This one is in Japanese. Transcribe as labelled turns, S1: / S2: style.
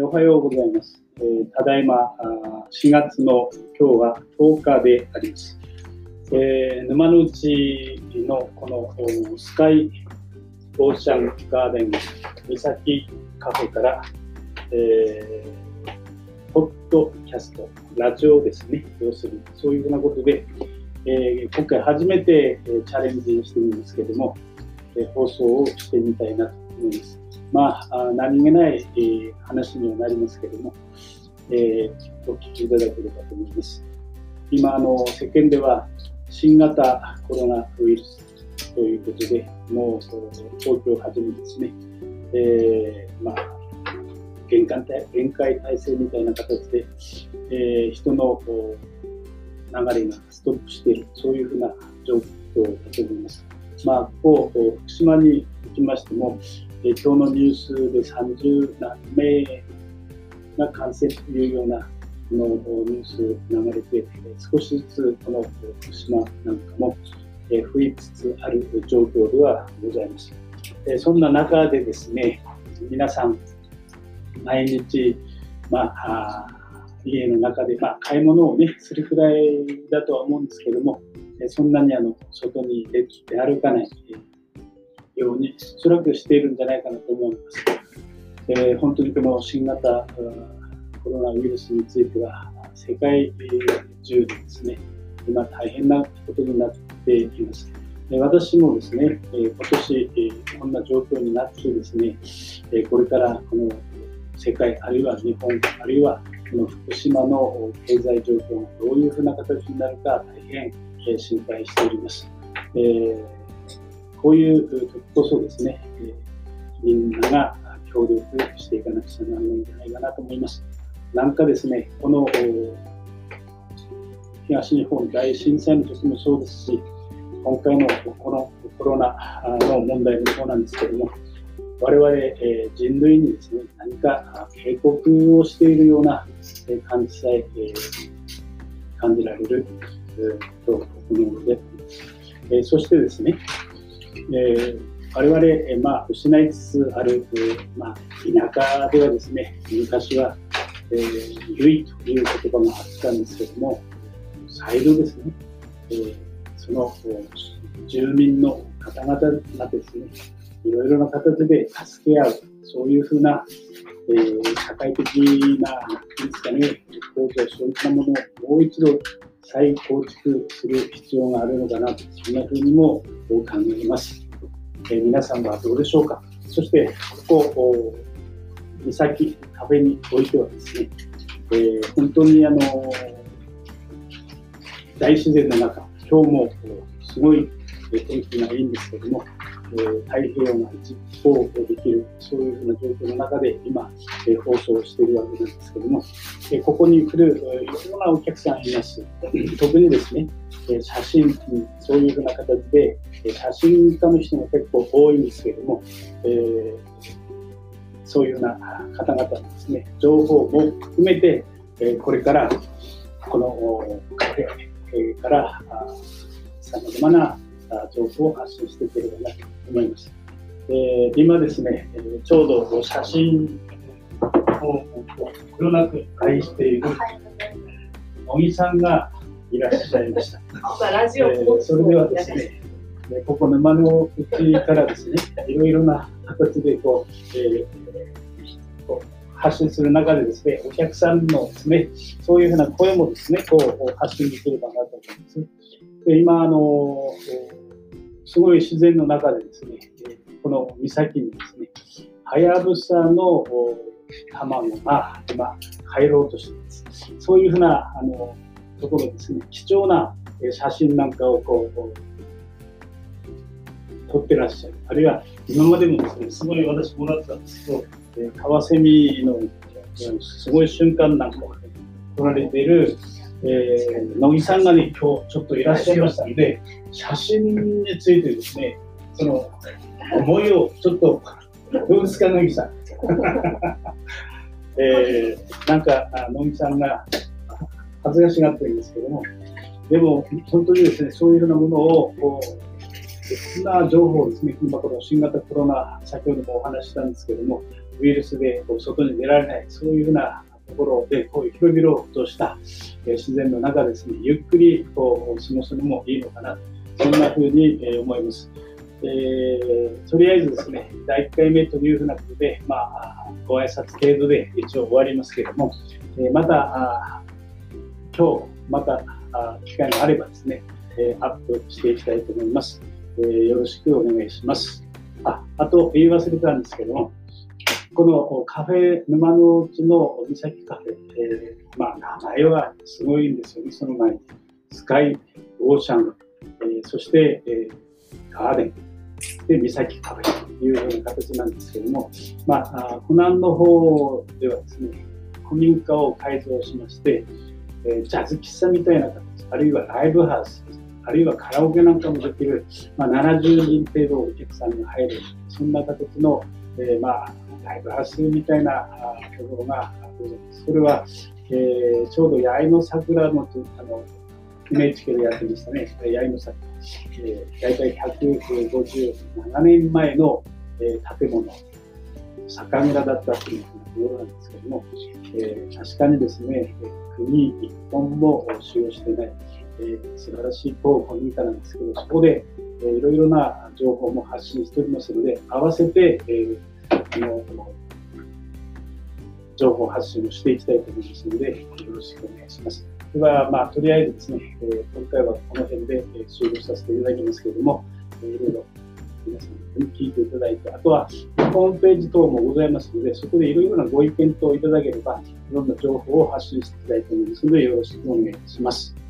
S1: おはようございます。ただいま4月の今日は10日であります。沼の内のこのスカイオーシャンガーデン岬カフェから、ポッドキャスト、ラジオですね、要するにそういうふうなことで、今回初めてチャレンジしてみますけれども、放送をしてみたいなと思います。何気ない話にはなりますけれども、お聞きいただければと思います。今世間では新型コロナウイルスということで、もう東京をはじめですね、厳戒態勢みたいな形で、人の流れがストップしている、そういうふうな状況だと思います。ここ福島に行きましても、今日のニュースで30何名が感染というようなニュース流れて、少しずつこの福島なんかも増えつつある状況ではございます。そんな中でですね、皆さん毎日、家の中で、買い物をねするくらいだとは思うんですけども、そんなに外に出て歩かないようにおそらくしているんじゃないかなと思います。本当にこの新型コロナウイルスについては世界中でですね、今大変なことになっています。私もですね、今年こんな状況になってですね、これからこの世界あるいは日本あるいはこの福島の経済状況がどういうふうな形になるか大変心配しております。こういう時こそですね、みんなが協力していかなくちゃならないんじゃないかなと思います。なんかですね、この東日本大震災の時もそうですし、今回のこのコロナの問題もそうなんですけども、我々人類にですね、何か警告をしているような感じさえ感じられると思うので、そしてですね、我々、失いつつある、田舎ではですね、昔は、ゆいという言葉があったんですけども、再度ですね、その住民の方々がですね、いろいろな形で助け合う、そういうふうな、社会的な、構造、そういったものをもう一度再構築する必要があるのかなと、そんなふうにも考えます。皆さんはどうでしょうか。そしてここ岬カフェにおいてはですね、本当に大自然の中、今日もすごい天気がいいんですけども、太平洋が一望できる、そういうふうな状況の中で今、放送しているわけなんですけども、ここに来るいろいろなお客さんいます。特にですね、写真、そういうふうな形で写真家の人が結構多いんですけども、そういうような方々のですね、情報も含めて、これからこのカフェからさまざまな情報を発信していければなと思います。今ですね、ちょうど写真を黒なく愛している乃木さんがいらっしゃいました。それではですね、ここ沼の内からですね、いろいろな形で発信する中でですね、お客さんのですね、そういうふうな声もですね、発信できればなと思います。で今すごい自然の中でですね、この岬にですね、はやぶさの卵が今帰ろうとしています。そういうふうなところですね、貴重な写真なんかを撮ってらっしゃる。あるいは今までもですね、すごい私もらったんですけど、カワセミのすごい瞬間なんかを撮られている乃木さんがね、今日ちょっといらっしゃいましたので、写真についてですね、その思いをちょっと、どうですか、乃木さん。なんか乃木さんが恥ずかしがってるんですけども、でも本当にですね、そういうようなものをこんな情報をですね、今この新型コロナ、先ほどもお話ししたんですけども、ウイルスで外に出られない、そういうふうなところでこういう広々とした自然の中ですね、ゆっくり過ごすのもいいのかな、そんなふうに思います。とりあえずですね、第1回目というふうなことで、ご挨拶程度で一応終わりますけれども、また今日また機会があればですね、アップしていきたいと思います。よろしくお願いします。あと言い忘れたんですけども、このカフェ沼の内の岬カフェ、名前はすごいんですよね。その前にスカイ、オーシャン、そして、ガーデンで岬カフェというような形なんですけども、湖南の方ではですね、古民家を改造しまして、ジャズ喫茶みたいな形、あるいはライブハウス、あるいはカラオケなんかもできる、70人程度お客さんが入る、そんな形の、ライブハウスみたいなところがございます。それは、ちょうど八重の桜のNHK でやってましたね、八重の桜、大体157年前の、建物、酒蔵だったというところなんですけども、確かにですね、国一本も使用していない、素晴らしい古民家なんですけど、そこで、いろいろな情報も発信しておりますので、合わせて、情報発信をしていきたいと思いますので、よろしくお願いします。では、とりあえずですね、今回はこの辺で終了させていただきますけれども、いろいろ皆さんに聞いていただいて、あとはホームページ等もございますので、そこでいろいろなご意見等いただければ、いろんな情報を発信していきたいと思いますので、よろしくお願いします。